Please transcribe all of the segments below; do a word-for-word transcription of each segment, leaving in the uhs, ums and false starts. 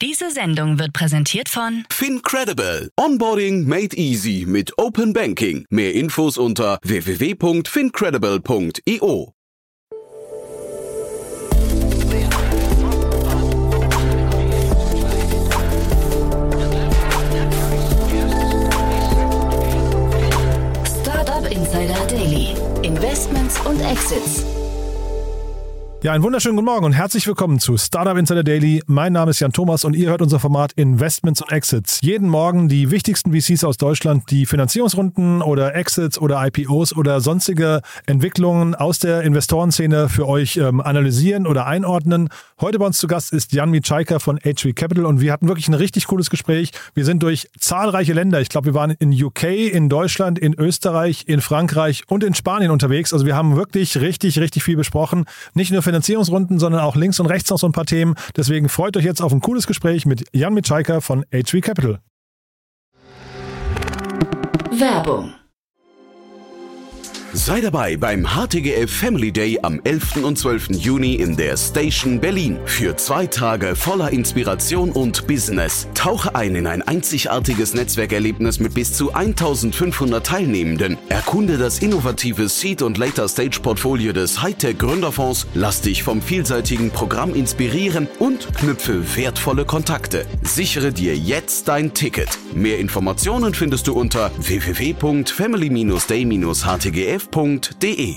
Diese Sendung wird präsentiert von FinCredible. Onboarding made easy mit Open Banking. Mehr Infos unter w w w punkt fincredible punkt i o. Startup Insider Daily. Investments und Exits. Ja, einen wunderschönen guten Morgen und herzlich willkommen zu Startup Insider Daily. Mein Name ist Jan Thomas und ihr hört unser Format Investments und Exits. Jeden Morgen die wichtigsten V Cs aus Deutschland, die Finanzierungsrunden oder Exits oder I P Os oder sonstige Entwicklungen aus der Investorenszene für euch ähm, analysieren oder einordnen. Heute bei uns zu Gast ist Jan Micajka von H V Capital und wir hatten wirklich ein richtig cooles Gespräch. Wir sind durch zahlreiche Länder, ich glaube wir waren in U K, in Deutschland, in Österreich, in Frankreich und in Spanien unterwegs. Also wir haben wirklich richtig, richtig viel besprochen. Nicht nur Finanzierungsrunden, sondern auch links und rechts noch so ein paar Themen. Deswegen freut euch jetzt auf ein cooles Gespräch mit Jan Micajka von H V Capital. Werbung. Sei dabei beim H T G F Family Day am elften und zwölften Juni in der Station Berlin. Für zwei Tage voller Inspiration und Business. Tauche ein in ein einzigartiges Netzwerkerlebnis mit bis zu eintausendfünfhundert Teilnehmenden. Erkunde das innovative Seed- und Later-Stage-Portfolio des Hightech-Gründerfonds. Lass dich vom vielseitigen Programm inspirieren und knüpfe wertvolle Kontakte. Sichere dir jetzt dein Ticket. Mehr Informationen findest du unter w w w punkt family day h t g f punkt d e.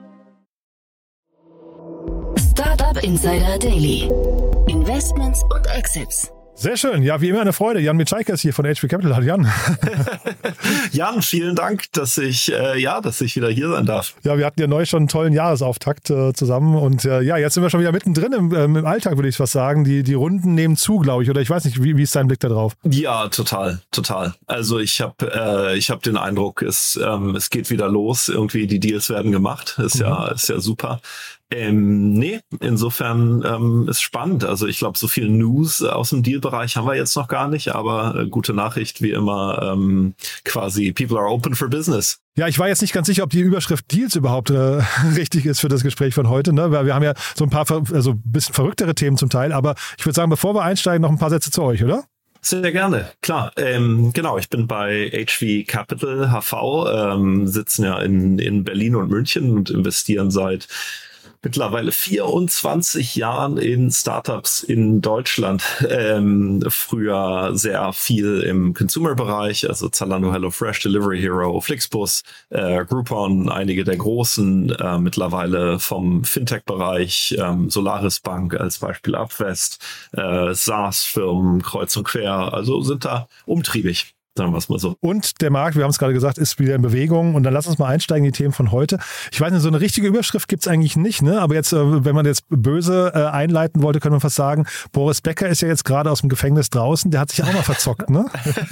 Startup Insider Daily. Investments und Exits. Sehr schön. Ja, wie immer eine Freude. Jan Micajka ist hier von H V Capital. Hallo Jan. Jan, vielen Dank, dass ich äh, ja, dass ich wieder hier sein darf. Ja, wir hatten ja neu schon einen tollen Jahresauftakt äh, zusammen und äh, ja, jetzt sind wir schon wieder mittendrin im, ähm, im Alltag, würde ich fast sagen. Die, die Runden nehmen zu, glaube ich, oder ich weiß nicht, wie, wie ist dein Blick da drauf? Ja, total, total. Also ich habe äh, ich habe den Eindruck, es ähm, es geht wieder los. Irgendwie die Deals werden gemacht. Ist mhm. ja ist ja super. Ähm, nee, insofern ähm, ist spannend. Also ich glaube, so viel News aus dem Deal-Bereich haben wir jetzt noch gar nicht, aber äh, gute Nachricht, wie immer, ähm, quasi people are open for business. Ja, ich war jetzt nicht ganz sicher, ob die Überschrift Deals überhaupt äh, richtig ist für das Gespräch von heute, ne? Weil wir haben ja so ein paar, also ein bisschen verrücktere Themen zum Teil, aber ich würde sagen, bevor wir einsteigen, noch ein paar Sätze zu euch, oder? Sehr gerne, klar. Ähm, genau, ich bin bei H V Capital, H V, ähm, sitzen ja in, in Berlin und München und investieren seit mittlerweile vierundzwanzig Jahren in Startups in Deutschland. Ähm, früher sehr viel im Consumer-Bereich, also Zalando, HelloFresh, Delivery Hero, Flixbus, äh, Groupon, einige der großen, äh, mittlerweile vom Fintech-Bereich, ähm, Solaris Bank als Beispiel Upvest, äh, SaaS-Firmen, kreuz und quer, also sind da umtriebig. Sagen wir es mal so. Und der Markt, wir haben es gerade gesagt, ist wieder in Bewegung. Und dann lass uns mal einsteigen in die Themen von heute. Ich weiß nicht, so eine richtige Überschrift gibt es eigentlich nicht, ne? Aber jetzt, wenn man jetzt böse äh, einleiten wollte, könnte man fast sagen, Boris Becker ist ja jetzt gerade aus dem Gefängnis draußen. Der hat sich ja auch mal verzockt, ne?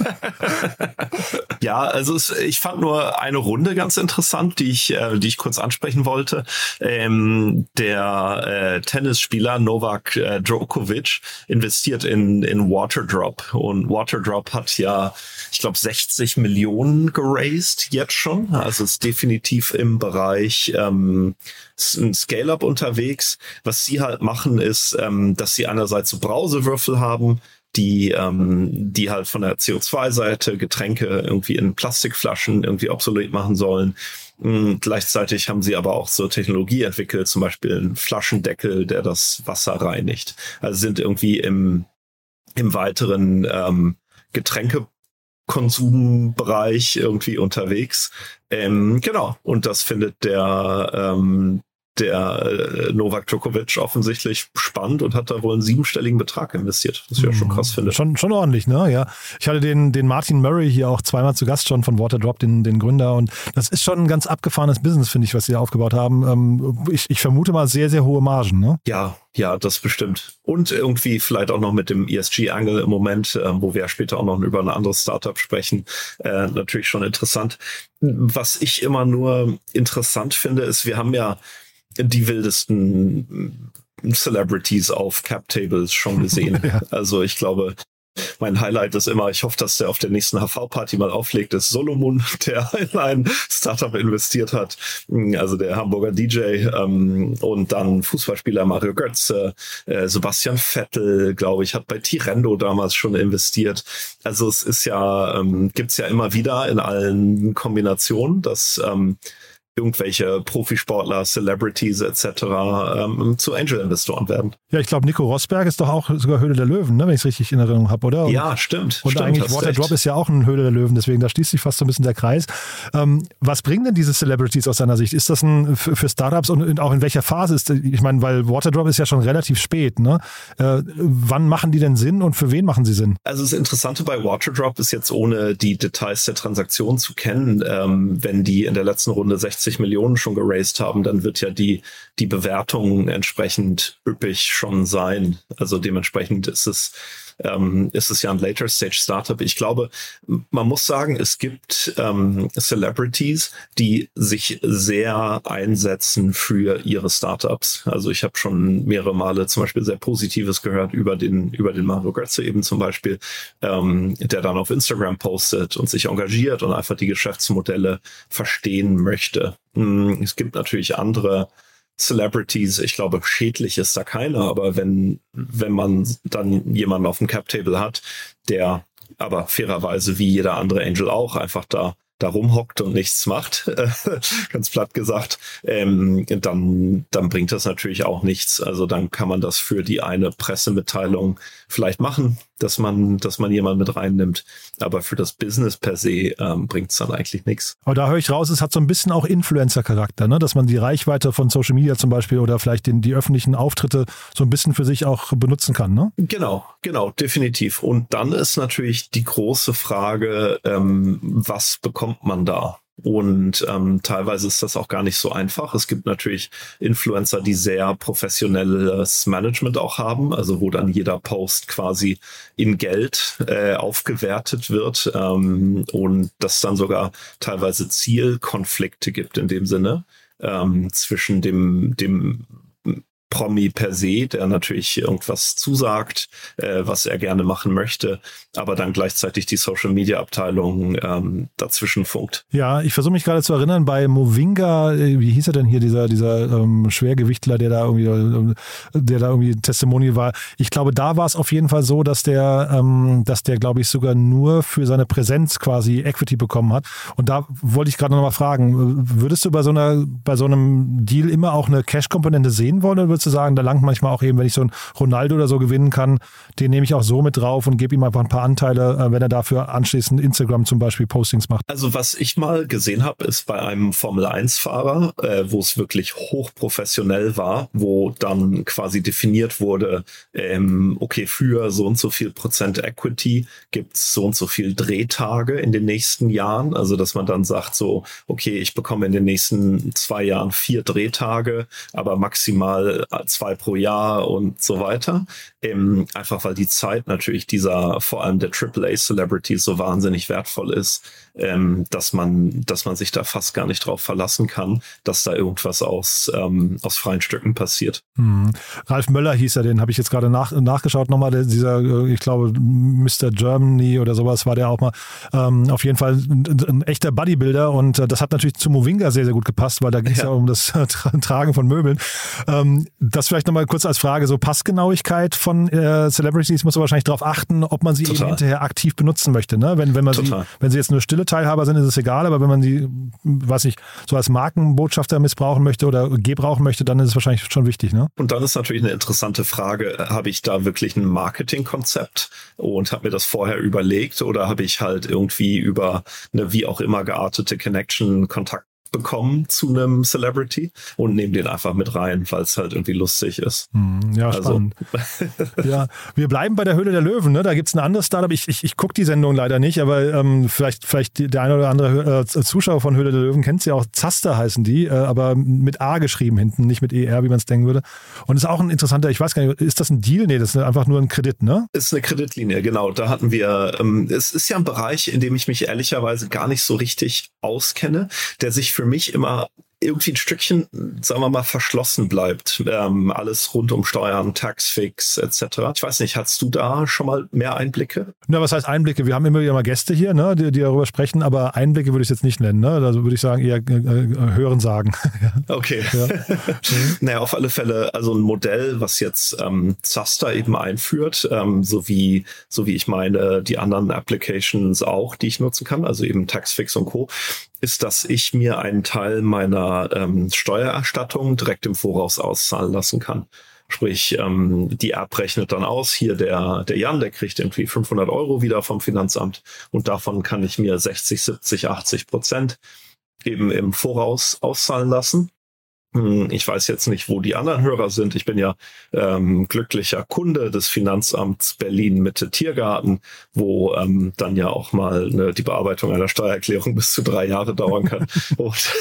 Ja, also es, ich fand nur eine Runde ganz interessant, die ich, äh, die ich kurz ansprechen wollte. Ähm, der äh, Tennisspieler Novak äh, Djokovic investiert in, in Waterdrop. Und Waterdrop hat ja, ich glaube, sechzig Millionen geraced jetzt schon. Also ist definitiv im Bereich ähm, ein Scale-Up unterwegs. Was sie halt machen, ist, ähm, dass sie einerseits so Brausewürfel haben, die ähm, die halt von der C O zwei Seite Getränke irgendwie in Plastikflaschen irgendwie obsolet machen sollen. Und gleichzeitig haben sie aber auch so Technologie entwickelt, zum Beispiel einen Flaschendeckel, der das Wasser reinigt. Also sind irgendwie im im weiteren ähm, Getränke Konsumbereich irgendwie unterwegs. Ähm, genau. Und das findet der, ähm, der äh, Novak Djokovic offensichtlich spannend und hat da wohl einen siebenstelligen Betrag investiert, was ich ja schon krass finde. Schon, schon ordentlich, ne? Ja. Ich hatte den, den Martin Murray hier auch zweimal zu Gast schon von Waterdrop, den, den Gründer. Und das ist schon ein ganz abgefahrenes Business, finde ich, was sie da aufgebaut haben. Ähm, ich, ich vermute mal sehr, sehr hohe Margen, ne? Ja, ja, das bestimmt. Und irgendwie vielleicht auch noch mit dem E S G-Angle im Moment, äh, wo wir später auch noch über ein anderes Startup sprechen, äh, natürlich schon interessant. Was ich immer nur interessant finde, ist, wir haben ja die wildesten Celebrities auf Cap-Tables schon gesehen. Ja. Also ich glaube, mein Highlight ist immer, ich hoffe, dass der auf der nächsten H V-Party mal auflegt, ist Solomon, der in ein Startup investiert hat, also der Hamburger D J, ähm, und dann Fußballspieler Mario Götze, äh, Sebastian Vettel, glaube ich, hat bei Tirendo damals schon investiert. Also es ist ja, ähm, gibt's ja immer wieder in allen Kombinationen, dass ähm, irgendwelche Profisportler, Celebrities et cetera ähm, zu Angel-Investoren werden. Ja, ich glaube, Nico Rosberg ist doch auch sogar Höhle der Löwen, ne, wenn ich es richtig in Erinnerung habe, oder? Und, ja, stimmt. Und stimmt, eigentlich Waterdrop ist ja auch ein Höhle der Löwen, deswegen da schließt sich fast so ein bisschen der Kreis. Ähm, was bringen denn diese Celebrities aus deiner Sicht? Ist das ein für, für Startups und auch in welcher Phase ist, ich meine, weil Waterdrop ist ja schon relativ spät, ne? Äh, wann machen die denn Sinn und für wen machen sie Sinn? Also das Interessante bei Waterdrop ist jetzt, ohne die Details der Transaktion zu kennen, ähm, wenn die in der letzten Runde sechzig Millionen schon geraced haben, dann wird ja die, die Bewertung entsprechend üppig schon sein. Also dementsprechend ist es, ähm, ist es ja ein Later Stage Startup. Ich glaube, man muss sagen, es gibt ähm, Celebrities, die sich sehr einsetzen für ihre Startups. Also ich habe schon mehrere Male zum Beispiel sehr Positives gehört über den, über den Mario Götze eben zum Beispiel, ähm, der dann auf Instagram postet und sich engagiert und einfach die Geschäftsmodelle verstehen möchte. Es gibt natürlich andere Celebrities, ich glaube, schädlich ist da keiner, aber wenn, wenn man dann jemanden auf dem Cap-Table hat, der aber fairerweise wie jeder andere Angel auch einfach da da rumhockt und nichts macht, ganz platt gesagt, ähm, dann, dann bringt das natürlich auch nichts. Also dann kann man das für die eine Pressemitteilung vielleicht machen, dass man, dass man jemanden mit reinnimmt. Aber für das Business per se ähm, bringt es dann eigentlich nichts. Aber da höre ich raus, es hat so ein bisschen auch Influencer-Charakter, ne? Dass man die Reichweite von Social Media zum Beispiel oder vielleicht den, die öffentlichen Auftritte so ein bisschen für sich auch benutzen kann, ne? Genau, genau, definitiv. Und dann ist natürlich die große Frage, ähm, was bekommt man da? Und ähm, teilweise ist das auch gar nicht so einfach. Es gibt natürlich Influencer, die sehr professionelles Management auch haben, also wo dann jeder Post quasi in Geld äh, aufgewertet wird ähm, und das dann sogar teilweise Zielkonflikte gibt in dem Sinne ähm, zwischen dem dem Promi per se, der natürlich irgendwas zusagt, äh, was er gerne machen möchte, aber dann gleichzeitig die Social-Media-Abteilung ähm, dazwischen funkt. Ja, ich versuche mich gerade zu erinnern, bei Movinga, wie hieß er denn hier, dieser dieser ähm, Schwergewichtler, der da irgendwie ähm, der da irgendwie Testimonial war. Ich glaube, da war es auf jeden Fall so, dass der, ähm, dass der, glaube ich, sogar nur für seine Präsenz quasi Equity bekommen hat. Und da wollte ich gerade noch mal fragen, würdest du bei so einer, bei so einem Deal immer auch eine Cash-Komponente sehen wollen, oder zu sagen, da langt manchmal auch eben, wenn ich so einen Ronaldo oder so gewinnen kann, den nehme ich auch so mit drauf und gebe ihm einfach ein paar Anteile, wenn er dafür anschließend Instagram zum Beispiel Postings macht. Also was ich mal gesehen habe, ist bei einem Formel eins Fahrer, äh, wo es wirklich hochprofessionell war, wo dann quasi definiert wurde, ähm, okay, für so und so viel Prozent Equity gibt es so und so viel Drehtage in den nächsten Jahren. Also dass man dann sagt so, okay, ich bekomme in den nächsten zwei Jahren vier Drehtage, aber maximal zwei pro Jahr und so weiter. Ähm, einfach weil die Zeit natürlich dieser, vor allem der Triple A Celebrities so wahnsinnig wertvoll ist, ähm, dass man, dass man sich da fast gar nicht drauf verlassen kann, dass da irgendwas aus, ähm, aus freien Stücken passiert. Hm. Ralf Möller hieß er, den habe ich jetzt gerade nach, nachgeschaut nochmal, der, dieser, ich glaube, Mister Germany oder sowas war der auch mal. Ähm, auf jeden Fall ein, ein echter Bodybuilder und äh, das hat natürlich zu Movinga sehr, sehr gut gepasst, weil da ging es ja. ja um das Tragen von Möbeln. Ähm, Das vielleicht nochmal kurz als Frage, so Passgenauigkeit von äh, Celebrities muss man wahrscheinlich darauf achten, ob man sie Total. eben hinterher aktiv benutzen möchte. Ne? Wenn, wenn, man sie, wenn sie jetzt nur stille Teilhaber sind, ist es egal, aber wenn man sie, weiß nicht, so als Markenbotschafter missbrauchen möchte oder gebrauchen möchte, dann ist es wahrscheinlich schon wichtig. Ne? Und dann ist natürlich eine interessante Frage, habe ich da wirklich ein Marketingkonzept und habe mir das vorher überlegt oder habe ich halt irgendwie über eine wie auch immer geartete Connection Kontakt bekommen zu einem Celebrity und nehmen den einfach mit rein, weil es halt irgendwie lustig ist. Ja, also. spannend. Ja, wir bleiben bei der Höhle der Löwen. Ne? Da gibt es ein anderes Startup. Ich, ich, ich gucke die Sendung leider nicht, aber ähm, vielleicht, vielleicht der eine oder andere äh, Zuschauer von Höhle der Löwen kennt sie auch. Zaster heißen die, äh, aber mit A geschrieben hinten, nicht mit E R, wie man es denken würde. Und ist auch ein interessanter, ich weiß gar nicht, ist das ein Deal? Nee, das ist einfach nur ein Kredit, ne? Ist eine Kreditlinie, genau. Da hatten wir, ähm, es ist ja ein Bereich, in dem ich mich ehrlicherweise gar nicht so richtig auskenne, der sich für mich immer irgendwie ein Stückchen, sagen wir mal, verschlossen bleibt. Ähm, alles rund um Steuern, Taxfix et cetera. Ich weiß nicht, hast du da schon mal mehr Einblicke? Na, was heißt Einblicke? Wir haben immer wieder mal Gäste hier, ne, die, die darüber sprechen, aber Einblicke würde ich jetzt nicht nennen. Ne? Also würde ich sagen, eher äh, hören sagen. Okay. Ja. Naja, auf alle Fälle, also ein Modell, was jetzt ähm, Zaster eben einführt, ähm, so wie, so wie ich meine, die anderen Applications auch, die ich nutzen kann, also eben Taxfix und Co., ist, dass ich mir einen Teil meiner ähm, Steuererstattung direkt im Voraus auszahlen lassen kann. Sprich, ähm, die App rechnet dann aus, hier der, der Jan, der kriegt irgendwie fünfhundert Euro wieder vom Finanzamt und davon kann ich mir sechzig, siebzig, achtzig Prozent eben im Voraus auszahlen lassen. Ich weiß jetzt nicht, wo die anderen Hörer sind. Ich bin ja ähm, glücklicher Kunde des Finanzamts Berlin Mitte Tiergarten, wo ähm, dann ja auch mal ne, die Bearbeitung einer Steuererklärung bis zu drei Jahre dauern kann. Und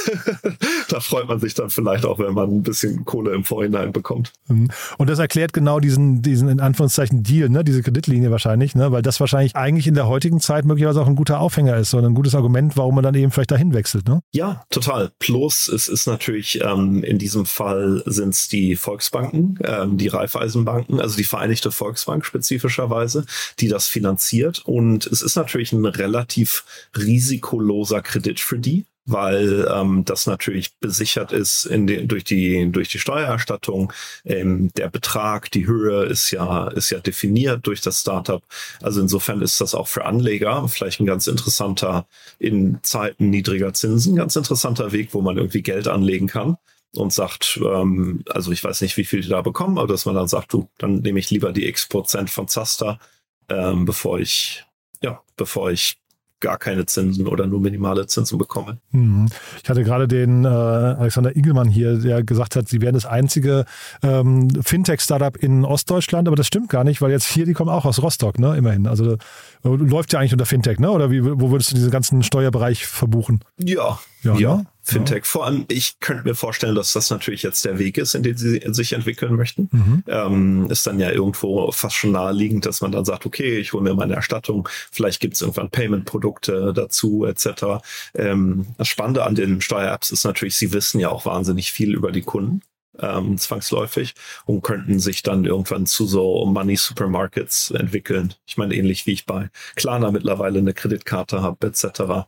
da freut man sich dann vielleicht auch, wenn man ein bisschen Kohle im Vorhinein bekommt. Und das erklärt genau diesen, diesen in Anführungszeichen Deal, ne, diese Kreditlinie wahrscheinlich, ne, weil das wahrscheinlich eigentlich in der heutigen Zeit möglicherweise auch ein guter Aufhänger ist oder ein gutes Argument, warum man dann eben vielleicht dahin wechselt. Ne? Ja, total. Plus es ist natürlich ähm, in diesem Fall sind es die Volksbanken, ähm, die Raiffeisenbanken, also die Vereinigte Volksbank spezifischerweise, die das finanziert. Und es ist natürlich ein relativ risikoloser Kredit für die, weil ähm, das natürlich besichert ist in de, durch die durch die Steuererstattung. Ähm, der Betrag, die Höhe ist ja ist ja definiert durch das Startup. Also insofern ist das auch für Anleger vielleicht ein ganz interessanter, in Zeiten niedriger Zinsen, ganz interessanter Weg, wo man irgendwie Geld anlegen kann. Und sagt, ähm, also ich weiß nicht, wie viel die da bekommen, aber dass man dann sagt, du, dann nehme ich lieber die X Prozent von Zaster, ähm, bevor ich, ja, bevor ich gar keine Zinsen oder nur minimale Zinsen bekomme. Ich hatte gerade den äh, Alexander Igelmann hier, der gesagt hat, sie wären das einzige ähm, Fintech-Startup in Ostdeutschland, aber das stimmt gar nicht, weil jetzt hier, die kommen auch aus Rostock, ne, immerhin. Also äh, läuft ja eigentlich unter Fintech, ne? Oder wie, wo würdest du diesen ganzen Steuerbereich verbuchen? Ja, ja, ja. Ne? Fintech. Vor allem, ich könnte mir vorstellen, dass das natürlich jetzt der Weg ist, in den sie sich entwickeln möchten. Mhm. Ähm, ist dann ja irgendwo fast schon naheliegend, dass man dann sagt, okay, ich hole mir meine Erstattung, vielleicht gibt es irgendwann Payment-Produkte dazu, et cetera. Ähm, das Spannende an den Steuer-Apps ist natürlich, sie wissen ja auch wahnsinnig viel über die Kunden. Ähm, zwangsläufig und könnten sich dann irgendwann zu so Money-Supermarkets entwickeln. Ich meine, ähnlich wie ich bei Klarna mittlerweile eine Kreditkarte habe, et cetera.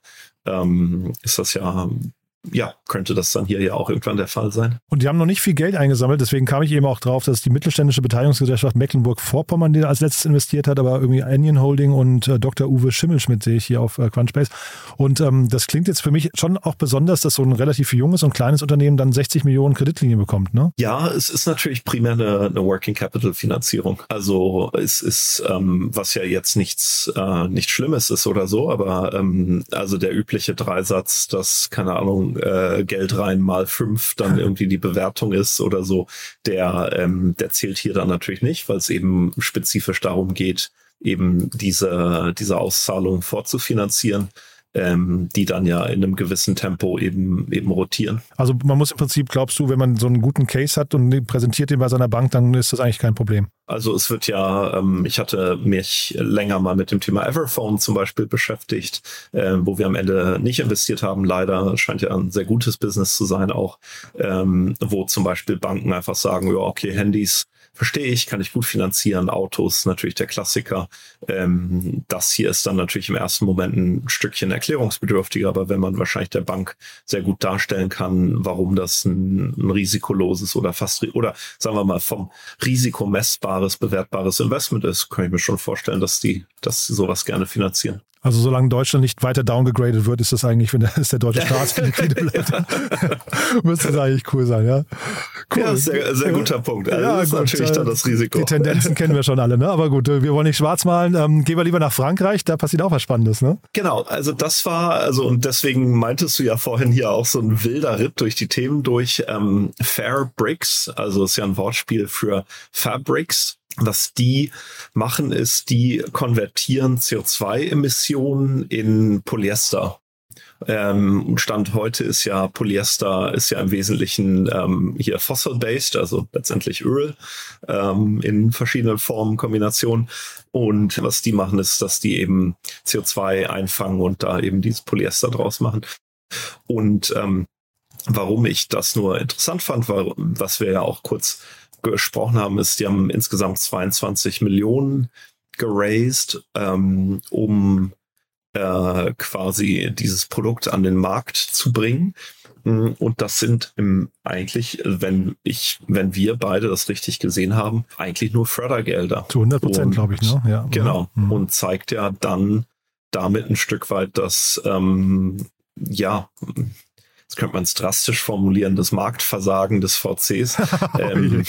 Ähm, ist das ja Ja, könnte das dann hier ja auch irgendwann der Fall sein. Und die haben noch nicht viel Geld eingesammelt, deswegen kam ich eben auch drauf, dass die mittelständische Beteiligungsgesellschaft Mecklenburg-Vorpommern, die als letztes investiert hat, aber irgendwie Onion Holding und äh, Doktor Uwe Schimmelschmidt sehe ich hier auf äh, Crunchbase. Und ähm, das klingt jetzt für mich schon auch besonders, dass so ein relativ junges und kleines Unternehmen dann sechzig Millionen Kreditlinie bekommt, ne? Ja, es ist natürlich primär eine, eine Working Capital Finanzierung. Also es ist, ähm, was ja jetzt nichts, äh, nichts Schlimmes ist oder so, aber ähm, also der übliche Dreisatz, dass, keine Ahnung, Äh, Geld rein mal fünf dann irgendwie die Bewertung ist oder so, der, ähm, der zählt hier dann natürlich nicht, weil es eben spezifisch darum geht, eben diese, diese Auszahlung vorzufinanzieren. Ähm, die dann ja in einem gewissen Tempo eben eben rotieren. Also man muss im Prinzip, glaubst du, wenn man so einen guten Case hat und präsentiert den bei seiner Bank, dann ist das eigentlich kein Problem? Also es wird ja, ähm, ich hatte mich länger mal mit dem Thema Everphone zum Beispiel beschäftigt, äh, wo wir am Ende nicht investiert haben, leider. Scheint ja ein sehr gutes Business zu sein auch, ähm, wo zum Beispiel Banken einfach sagen, ja okay, Handys verstehe ich, kann ich gut finanzieren, Autos natürlich der Klassiker. Ähm, das hier ist dann natürlich im ersten Moment ein Stückchen erklärungsbedürftiger, aber wenn man wahrscheinlich der Bank sehr gut darstellen kann, warum das ein, ein risikoloses oder fast, oder sagen wir mal vom Risiko messbares, bewertbares Investment ist, kann ich mir schon vorstellen, dass die, dass sie sowas gerne finanzieren. Also solange Deutschland nicht weiter downgegradet wird, ist das eigentlich, wenn der, ist der deutsche Staat liquide bleibt. Müsste das eigentlich cool sein, ja? Cool. Ja, sehr, sehr guter Punkt. Also ja, das ist gut, natürlich dann das Risiko. Die Tendenzen kennen wir schon alle, ne? Aber gut, wir wollen nicht schwarz malen. Ähm, gehen wir lieber nach Frankreich, da passiert auch was Spannendes, ne? Genau, also das war, also und deswegen meintest du ja vorhin hier auch so ein wilder Ritt durch die Themen durch. Ähm, Fairbricks, also ist ja ein Wortspiel für Fabrics. Was die machen, ist, die konvertieren C O zwei Emissionen in Polyester. Ähm, Stand heute ist ja Polyester ist ja im Wesentlichen ähm, hier fossil-based, also letztendlich Öl ähm, in verschiedenen Formen, Kombinationen. Und was die machen, ist, dass die eben C O zwei einfangen und da eben dieses Polyester draus machen. Und ähm, warum ich das nur interessant fand, war, was wir ja auch kurz gesprochen haben, ist, die haben insgesamt zweiundzwanzig Millionen geraced, ähm, um äh, quasi dieses Produkt an den Markt zu bringen. Und das sind im, eigentlich, wenn ich, wenn wir beide das richtig gesehen haben, eigentlich nur Fördergelder. Zu hundert Prozent, glaube ich, ne? Ja. Genau. Mhm. Und zeigt ja dann damit ein Stück weit, dass, ähm, ja, jetzt könnte man es drastisch formulieren, das Marktversagen des V Cs. ähm,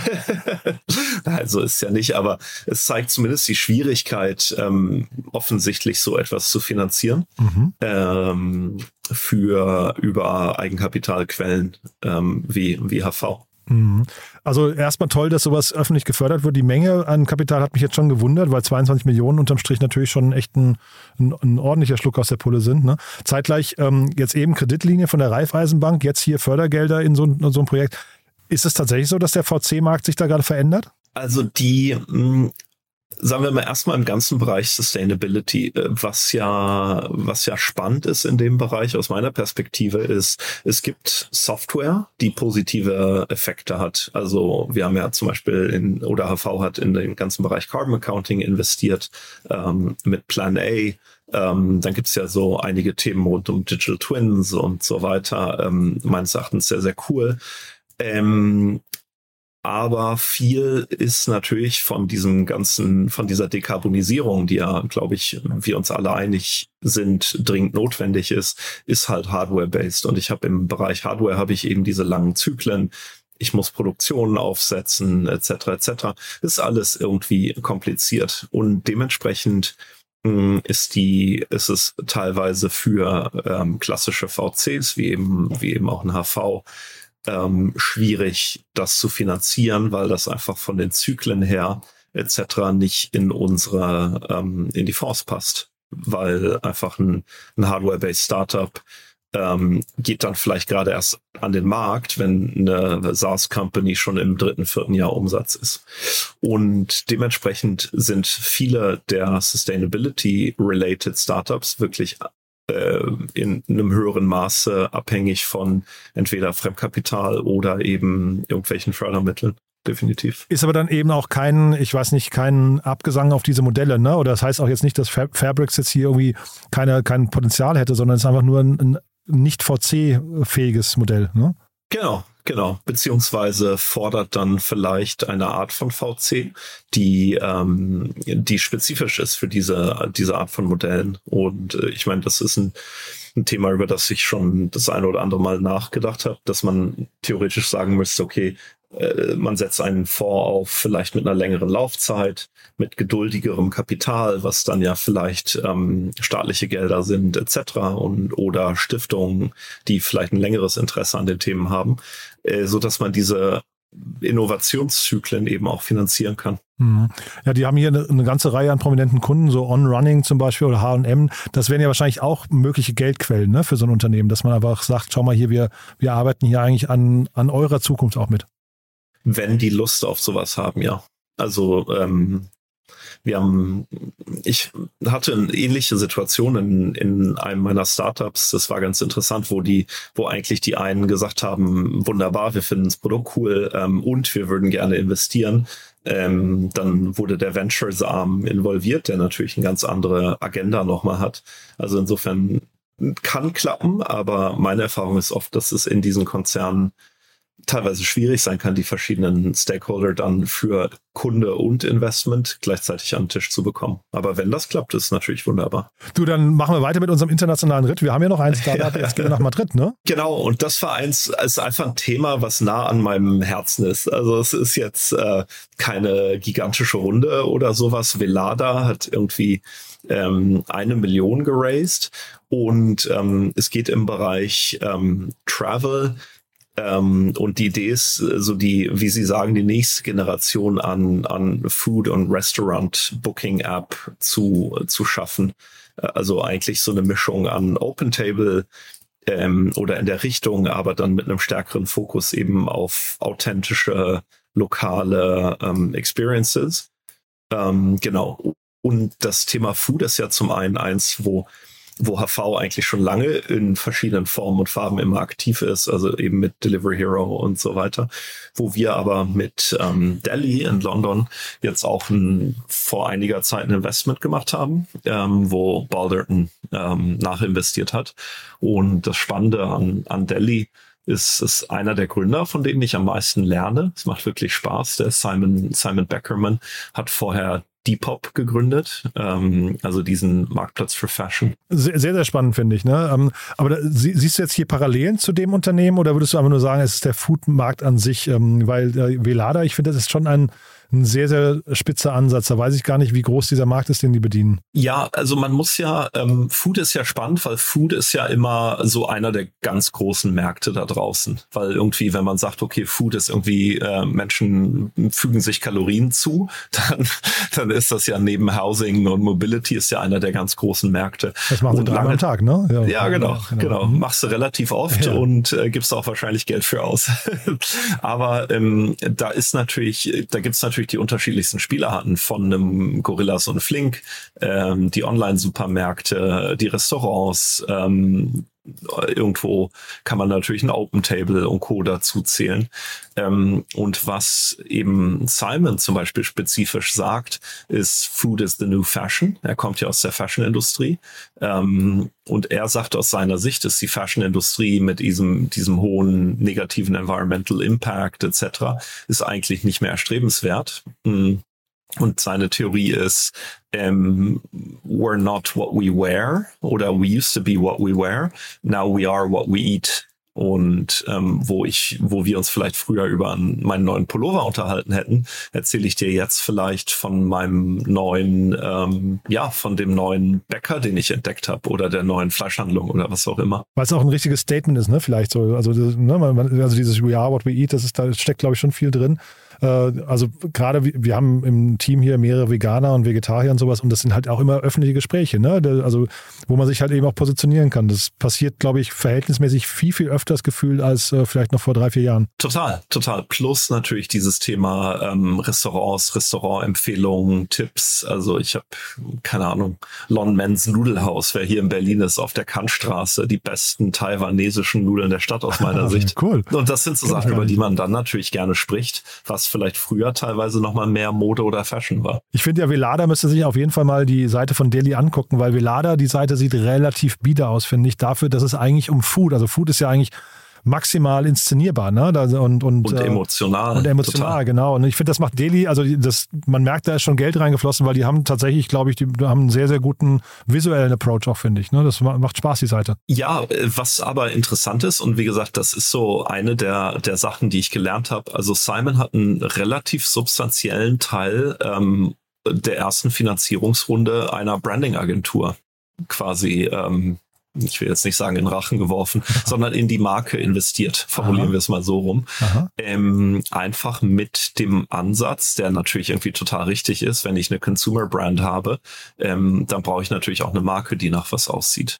also ist ja nicht, aber es zeigt zumindest die Schwierigkeit, ähm, offensichtlich so etwas zu finanzieren, mhm. ähm, für über Eigenkapitalquellen ähm, wie, wie H V. Also erstmal toll, dass sowas öffentlich gefördert wird. Die Menge an Kapital hat mich jetzt schon gewundert, weil zweiundzwanzig Millionen unterm Strich natürlich schon echt ein, ein, ein ordentlicher Schluck aus der Pulle sind. Ne? Zeitgleich ähm, jetzt eben Kreditlinie von der Raiffeisenbank, jetzt hier Fördergelder in so, in so ein Projekt. Ist es tatsächlich so, dass der V C-Markt sich da gerade verändert? Also die... Mh Sagen wir mal erstmal im ganzen Bereich Sustainability, was ja, was ja spannend ist in dem Bereich aus meiner Perspektive ist, es gibt Software, die positive Effekte hat. Also wir haben ja zum Beispiel in, oder H V hat in den ganzen Bereich Carbon Accounting investiert, ähm, mit Plan A. Ähm, dann gibt's ja so einige Themen rund um Digital Twins und so weiter. Ähm, meines Erachtens sehr, sehr cool. Ähm, Aber viel ist natürlich von diesem ganzen, von dieser Dekarbonisierung, die ja, glaube ich, wir uns alle einig sind, dringend notwendig ist, ist halt Hardware-based. Und ich habe im Bereich Hardware habe ich eben diese langen Zyklen. Ich muss Produktionen aufsetzen, et cetera, et cetera. Ist alles irgendwie kompliziert. Und dementsprechend mh, ist die, ist es teilweise für ähm, klassische V Cs, wie eben, wie eben auch ein H V, Ähm, schwierig, das zu finanzieren, weil das einfach von den Zyklen her et cetera nicht in unsere, ähm, in die Fonds passt, weil einfach ein, ein Hardware-based Startup ähm, geht dann vielleicht gerade erst an den Markt, wenn eine SaaS-Company schon im dritten, vierten Jahr Umsatz ist. Und dementsprechend sind viele der Sustainability-related Startups wirklich in einem höheren Maße abhängig von entweder Fremdkapital oder eben irgendwelchen Fördermitteln. Definitiv. Ist aber dann eben auch kein, ich weiß nicht, kein Abgesang auf diese Modelle, ne? Oder das heißt auch jetzt nicht, dass Fairbricks jetzt hier irgendwie keine, kein Potenzial hätte, sondern es ist einfach nur ein, ein nicht V C-fähiges Modell, ne? Genau. Genau, beziehungsweise fordert dann vielleicht eine Art von V C, die ähm, die spezifisch ist für diese diese Art von Modellen. Und äh, ich meine, das ist ein, ein Thema, über das ich schon das eine oder andere Mal nachgedacht habe, dass man theoretisch sagen müsste, okay, äh, man setzt einen Fonds auf, vielleicht mit einer längeren Laufzeit, mit geduldigerem Kapital, was dann ja vielleicht ähm, staatliche Gelder sind et cetera und oder Stiftungen, die vielleicht ein längeres Interesse an den Themen haben, äh, so dass man diese Innovationszyklen eben auch finanzieren kann. Ja, die haben hier eine, eine ganze Reihe an prominenten Kunden, so On Running zum Beispiel oder H und M. Das wären ja wahrscheinlich auch mögliche Geldquellen, ne, für so ein Unternehmen, dass man einfach sagt, schau mal hier, wir, wir arbeiten hier eigentlich an, an eurer Zukunft auch mit. Wenn die Lust auf sowas haben, ja. Also ähm, wir haben, ich hatte eine ähnliche Situation in, in einem meiner Startups. Das war ganz interessant, wo die, wo eigentlich die einen gesagt haben, wunderbar, wir finden das Produkt cool ähm, und wir würden gerne investieren. Ähm, dann wurde der Ventures-Arm involviert, der natürlich eine ganz andere Agenda nochmal hat. Also insofern kann klappen, aber meine Erfahrung ist oft, dass es in diesen Konzernen teilweise schwierig sein kann, die verschiedenen Stakeholder dann für Kunde und Investment gleichzeitig an den Tisch zu bekommen. Aber wenn das klappt, ist es natürlich wunderbar. Du, dann machen wir weiter mit unserem internationalen Ritt. Wir haben ja noch ein Startup, jetzt gehen wir nach Madrid, ne? Genau, und das war eins, ist einfach ein Thema, was nah an meinem Herzen ist. Also es ist jetzt äh, keine gigantische Runde oder sowas. Velada hat irgendwie ähm, eine Million geraced und ähm, es geht im Bereich ähm, Travel. Ähm, und die Idee ist, so die, wie Sie sagen, die nächste Generation an, an Food- und Restaurant-Booking-App zu, zu schaffen. Also eigentlich so eine Mischung an OpenTable ähm, oder in der Richtung, aber dann mit einem stärkeren Fokus eben auf authentische, lokale ähm, Experiences. Ähm, genau. Und das Thema Food ist ja zum einen eins, wo wo H V eigentlich schon lange in verschiedenen Formen und Farben immer aktiv ist, also eben mit Delivery Hero und so weiter, wo wir aber mit ähm, Delhi in London jetzt auch ein, vor einiger Zeit ein Investment gemacht haben, ähm, wo Balderton ähm, nachinvestiert hat. Und das Spannende an, an Delhi ist, ist einer der Gründer, von denen ich am meisten lerne. Es macht wirklich Spaß. Der Simon, Simon Beckerman hat vorher Depop gegründet, ähm, also diesen Marktplatz für Fashion. Sehr, sehr, sehr spannend, finde ich. Ne? Ähm, aber da, sie, siehst du jetzt hier Parallelen zu dem Unternehmen oder würdest du einfach nur sagen, es ist der Foodmarkt an sich? Ähm, weil äh, Velada, ich finde, das ist schon ein, ein sehr, sehr spitzer Ansatz. Da weiß ich gar nicht, wie groß dieser Markt ist, den die bedienen. Ja, also man muss ja, ähm, Food ist ja spannend, weil Food ist ja immer so einer der ganz großen Märkte da draußen. Weil irgendwie, wenn man sagt, okay, Food ist irgendwie, äh, Menschen fügen sich Kalorien zu, dann, dann ist das ja neben Housing und Mobility ist ja einer der ganz großen Märkte. Das machen sie dreimal am Tag, ne? Ja, ja genau, genau, genau. Mhm. Machst du relativ oft ja. und äh, gibst auch wahrscheinlich Geld für aus. Aber ähm, da ist natürlich, da gibt's natürlich die unterschiedlichsten Spielerarten von einem Gorillas und Flink, ähm, die Online-Supermärkte, die Restaurants, ähm, irgendwo kann man natürlich ein Open Table und Co. dazu zählen. Ähm, und was eben Simon zum Beispiel spezifisch sagt, ist Food is the new fashion. Er kommt ja aus der Fashion-Industrie. Ähm, und er sagt aus seiner Sicht, ist die Fashion-Industrie mit diesem, diesem hohen negativen Environmental Impact et cetera ist eigentlich nicht mehr erstrebenswert. Und seine Theorie ist, um, we're not what we wear oder we used to be what we wear, now we are what we eat. Und ähm, wo ich, wo wir uns vielleicht früher über einen, meinen neuen Pullover unterhalten hätten, erzähle ich dir jetzt vielleicht von meinem neuen, ähm, ja, von dem neuen Bäcker, den ich entdeckt habe, oder der neuen Fleischhandlung oder was auch immer. Weil es auch ein richtiges Statement ist, ne? Vielleicht so. Also, ne, man, also dieses We are what we eat, das ist, da steckt, glaube ich, schon viel drin. Also gerade, wir haben im Team hier mehrere Veganer und Vegetarier und sowas und das sind halt auch immer öffentliche Gespräche, ne? Also wo man sich halt eben auch positionieren kann. Das passiert, glaube ich, verhältnismäßig viel, viel öfters gefühlt als äh, vielleicht noch vor drei, vier Jahren. Total, total. Plus natürlich dieses Thema ähm, Restaurants, Restaurantempfehlungen, Tipps. Also ich habe, keine Ahnung, Lon Men's Nudelhaus, wer hier in Berlin ist, auf der Kantstraße, die besten taiwanesischen Nudeln der Stadt aus meiner Sicht. Cool. Und das sind so Sachen, über die man dann natürlich gerne spricht, was vielleicht früher teilweise noch mal mehr Mode oder Fashion war. Ich finde ja, Velada müsste sich auf jeden Fall mal die Seite von Delhi angucken, weil Velada, die Seite sieht relativ bieder aus, finde ich, dafür, dass es eigentlich um Food, also Food ist ja eigentlich maximal inszenierbar, ne? Und, und, und emotional. Und emotional, total. Genau. Und ich finde, das macht Delhi, also das, man merkt, da ist schon Geld reingeflossen, weil die haben tatsächlich, glaube ich, die haben einen sehr, sehr guten visuellen Approach auch, finde ich. Ne? Das macht Spaß, die Seite. Ja, was aber interessant ist, und wie gesagt, das ist so eine der, der Sachen, die ich gelernt habe. Also Simon hat einen relativ substanziellen Teil ähm, der ersten Finanzierungsrunde einer Branding-Agentur quasi ähm, ich will jetzt nicht sagen in Rachen geworfen, sondern in die Marke investiert, formulieren Aha. wir es mal so rum. Ähm, einfach mit dem Ansatz, der natürlich irgendwie total richtig ist, wenn ich eine Consumer Brand habe, ähm, dann brauche ich natürlich auch eine Marke, die nach was aussieht.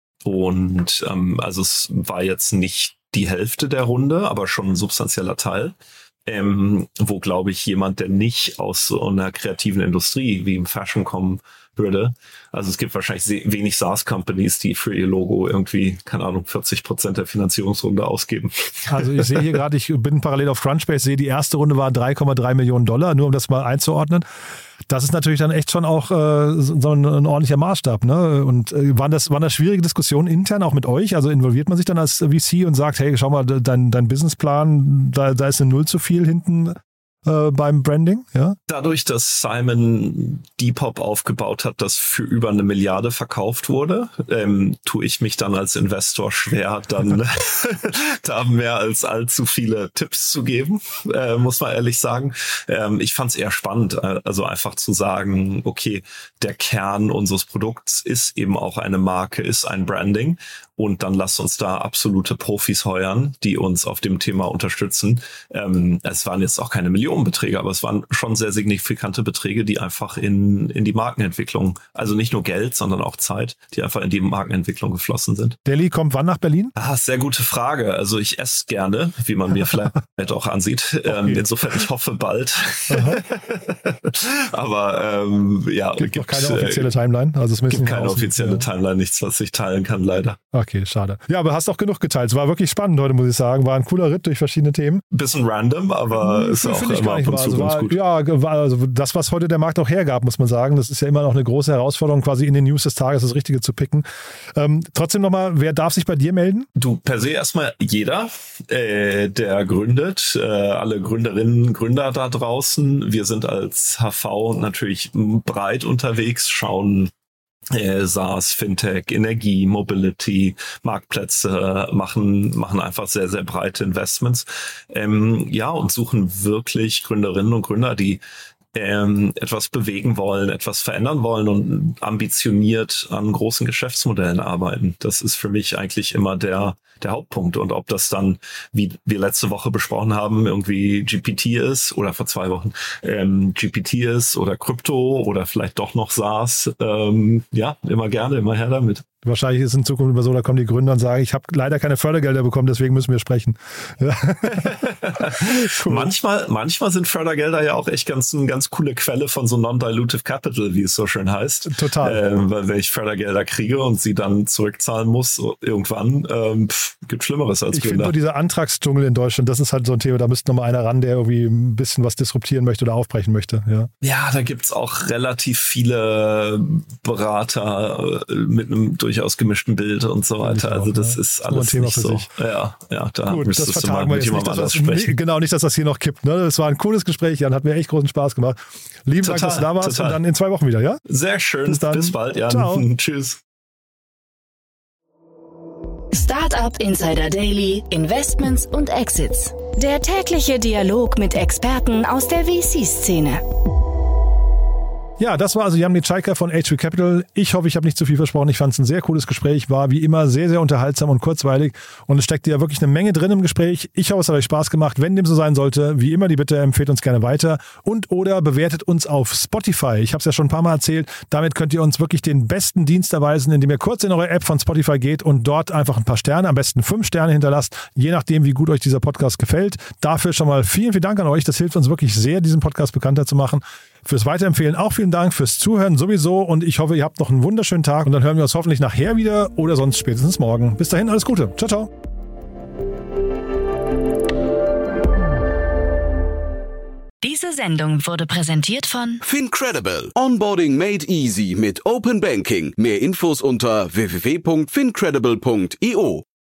Und ähm, also es war jetzt nicht die Hälfte der Runde, aber schon ein substanzieller Teil. Ähm, wo, glaube ich, jemand, der nicht aus so einer kreativen Industrie wie im Fashion kommen würde. Also es gibt wahrscheinlich wenig SaaS-Companies, die für ihr Logo irgendwie, keine Ahnung, vierzig Prozent der Finanzierungsrunde ausgeben. Also ich sehe hier gerade, ich bin parallel auf Crunchbase, sehe, die erste Runde war drei Komma drei Millionen Dollar, nur um das mal einzuordnen. Das ist natürlich dann echt schon auch äh, so ein, ein ordentlicher Maßstab, ne? Und äh, waren das, waren das schwierige Diskussionen intern auch mit euch? Also involviert man sich dann als V C und sagt, hey, schau mal, dein, dein Businessplan, da, da ist eine Null zu viel hinten äh, beim Branding, ja? Dadurch, dass Simon Depop aufgebaut hat, das für über eine Milliarde verkauft wurde, ähm, tue ich mich dann als Investor schwer, dann da mehr als allzu viele Tipps zu geben, äh, muss man ehrlich sagen. Ähm, ich fand es eher spannend, also einfach zu sagen, okay, der Kern unseres Produkts ist eben auch eine Marke, ist ein Branding. Und dann lasst uns da absolute Profis heuern, die uns auf dem Thema unterstützen. Ähm, es waren jetzt auch keine Millionen Millionenbeträge, aber es waren schon sehr signifikante Beträge, die einfach in, in die Markenentwicklung, also nicht nur Geld, sondern auch Zeit, die einfach in die Markenentwicklung geflossen sind. Deli kommt wann nach Berlin? Ah, sehr gute Frage. Also ich esse gerne, wie man mir vielleicht auch ansieht. Okay. Ähm, insofern, ich hoffe bald. Aber ähm, ja, gibt, gibt noch keine offizielle Timeline. Also es gibt keine offizielle ja. Timeline, nichts, was ich teilen kann, leider. Okay, schade. Ja, aber hast auch genug geteilt. Es war wirklich spannend heute, muss ich sagen. War ein cooler Ritt durch verschiedene Themen. Bisschen random, aber hm, ist auch immer ab und zu ganz gut. Ja, also das, was heute der Markt auch hergab, muss man sagen. Das ist ja immer noch eine große Herausforderung, quasi in den News des Tages das Richtige zu picken. Ähm, trotzdem nochmal, wer darf sich bei dir melden? Du, per se erstmal jeder, äh, der gründet. Äh, alle Gründerinnen, Gründer da draußen. Wir sind als H V natürlich breit unterwegs, schauen Äh, SaaS, Fintech, Energie, Mobility, Marktplätze, machen machen einfach sehr, sehr breite Investments. Ähm, ja, und suchen wirklich Gründerinnen und Gründer, die ähm, etwas bewegen wollen, etwas verändern wollen und ambitioniert an großen Geschäftsmodellen arbeiten. Das ist für mich eigentlich immer der der Hauptpunkt. Und ob das dann, wie wir letzte Woche besprochen haben, irgendwie G P T ist oder vor zwei Wochen ähm, G P T ist oder Krypto oder vielleicht doch noch SaaS, ähm, ja, immer gerne, immer her damit. Wahrscheinlich ist es in Zukunft immer so, da kommen die Gründer und sagen, ich habe leider keine Fördergelder bekommen, deswegen müssen wir sprechen. Ja. Cool. Manchmal, manchmal sind Fördergelder ja auch echt ganz eine ganz coole Quelle von so Non-Dilutive Capital, wie es so schön heißt. Total. Ähm, weil wenn ich Fördergelder kriege und sie dann zurückzahlen muss, irgendwann, ähm, pff, gibt Schlimmeres als ich Gründer. Ich finde nur dieser Antragsdschungel in Deutschland, das ist halt so ein Thema, da müsste nochmal einer ran, der irgendwie ein bisschen was disruptieren möchte oder aufbrechen möchte. Ja, ja, da gibt's auch relativ viele Berater mit einem durchaus gemischten Bild und so weiter. Also das ja. ist alles Thema nicht für so. Sich. Ja, ja, da Gut, müsstest das du mal mit jemandem anders das, sprechen. Genau, nicht, dass das hier noch kippt. Ne? Das war ein cooles Gespräch, Jan, hat mir echt großen Spaß gemacht. Lieben total, Dank, dass du da warst total. Und dann in zwei Wochen wieder, ja? Sehr schön. Bis, dann. Bis bald, Jan. Ciao. Tschüss. Startup Insider Daily, Investments und Exits. Der tägliche Dialog mit Experten aus der V C-Szene. Ja, das war also Jan Mitschaika von H V Capital. Ich hoffe, ich habe nicht zu viel versprochen. Ich fand es ein sehr cooles Gespräch, war wie immer sehr, sehr unterhaltsam und kurzweilig und es steckte ja wirklich eine Menge drin im Gespräch. Ich hoffe, es hat euch Spaß gemacht. Wenn dem so sein sollte, wie immer die Bitte, empfehlt uns gerne weiter und oder bewertet uns auf Spotify. Ich habe es ja schon ein paar Mal erzählt. Damit könnt ihr uns wirklich den besten Dienst erweisen, indem ihr kurz in eure App von Spotify geht und dort einfach ein paar Sterne, am besten fünf Sterne hinterlasst, je nachdem, wie gut euch dieser Podcast gefällt. Dafür schon mal vielen, vielen Dank an euch. Das hilft uns wirklich sehr, diesen Podcast bekannter zu machen. Fürs Weiterempfehlen auch vielen Dank, fürs Zuhören sowieso und ich hoffe, ihr habt noch einen wunderschönen Tag und dann hören wir uns hoffentlich nachher wieder oder sonst spätestens morgen. Bis dahin, alles Gute. Ciao, ciao. Diese Sendung wurde präsentiert von Fincredible. Onboarding made easy mit Open Banking. Mehr Infos unter w w w punkt fincredible punkt i o.